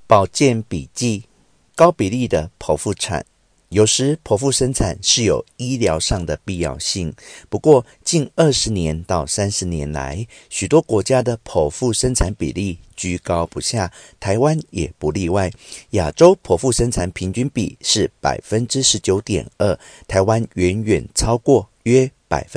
保健笔记：高比例的剖腹产。有时剖腹生产是有医疗上的必要性，不过近20年到30年来，许多国家的剖腹生产比例居高不下，台湾也不例外。亚洲剖腹生产平均比是 19.2%， 台湾远远超过约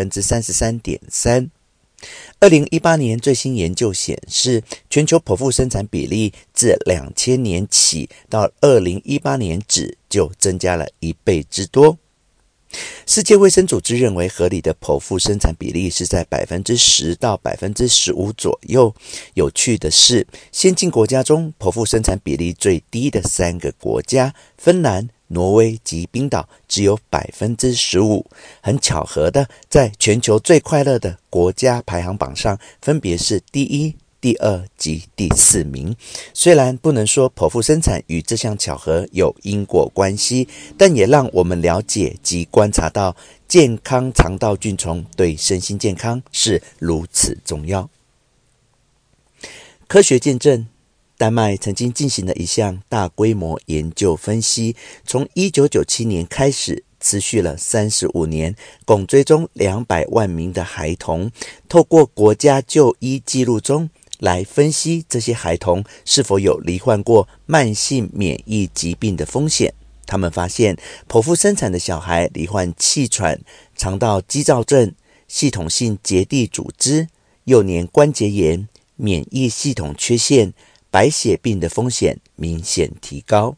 33.3%。2018年最新研究显示，全球剖腹生产比例自2000年起到2018年止就增加了1倍之多。世界卫生组织认为合理的剖腹生产比例是在 10% 到 15% 左右。有趣的是，先进国家中剖腹生产比例最低的3个国家，芬兰、挪威及冰岛只有 15%。很巧合的，在全球最快乐的国家排行榜上，分别是第1、第2及第4名。虽然不能说剖腹生产与这项巧合有因果关系，但也让我们了解及观察到健康肠道菌丛对身心健康是如此重要。科学见证，丹麦曾经进行了一项大规模研究分析，从1997年开始，持续了35年，共追踪200万名的孩童，透过国家就医记录中来分析这些孩童是否有罹患过慢性免疫疾病的风险。他们发现，剖腹生产的小孩罹患气喘、肠道肌躁症、系统性结缔组织、幼年关节炎、免疫系统缺陷、白血病的风险明显提高。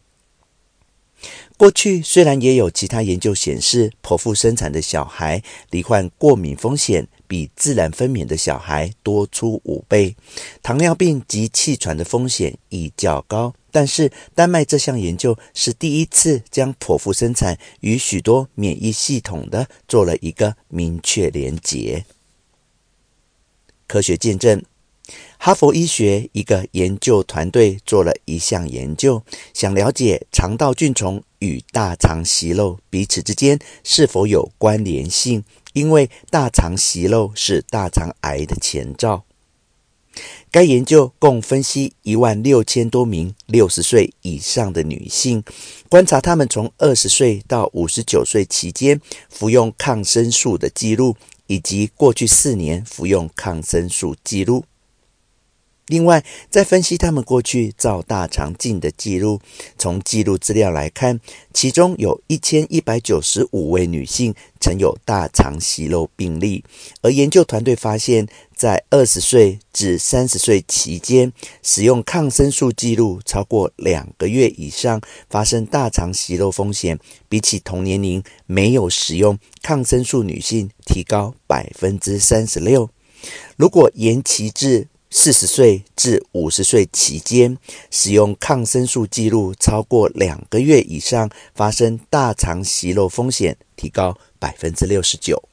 过去虽然也有其他研究显示，剖腹生产的小孩罹患过敏风险比自然分娩的小孩多出5倍，糖尿病及气喘的风险亦较高。但是丹麦这项研究是第一次将剖腹生产与许多免疫系统的做了一个明确连结。科学见证，哈佛医学一个研究团队做了一项研究，想了解肠道菌丛与大肠息肉彼此之间是否有关联性，因为大肠息肉是大肠癌的前兆。该研究共分析16000多名60岁以上的女性，观察她们从20岁到59岁期间服用抗生素的记录，以及过去4年服用抗生素记录。另外，再分析他们过去照大肠镜的记录，从记录资料来看，其中有1195位女性曾有大肠息肉病例，而研究团队发现，在20岁至30岁期间，使用抗生素记录超过2个月以上，发生大肠息肉风险，比起同年龄没有使用抗生素女性提高 36%。如果延期至40岁至50岁期间，使用抗生素记录超过2个月以上，发生大肠息肉风险提高 69%。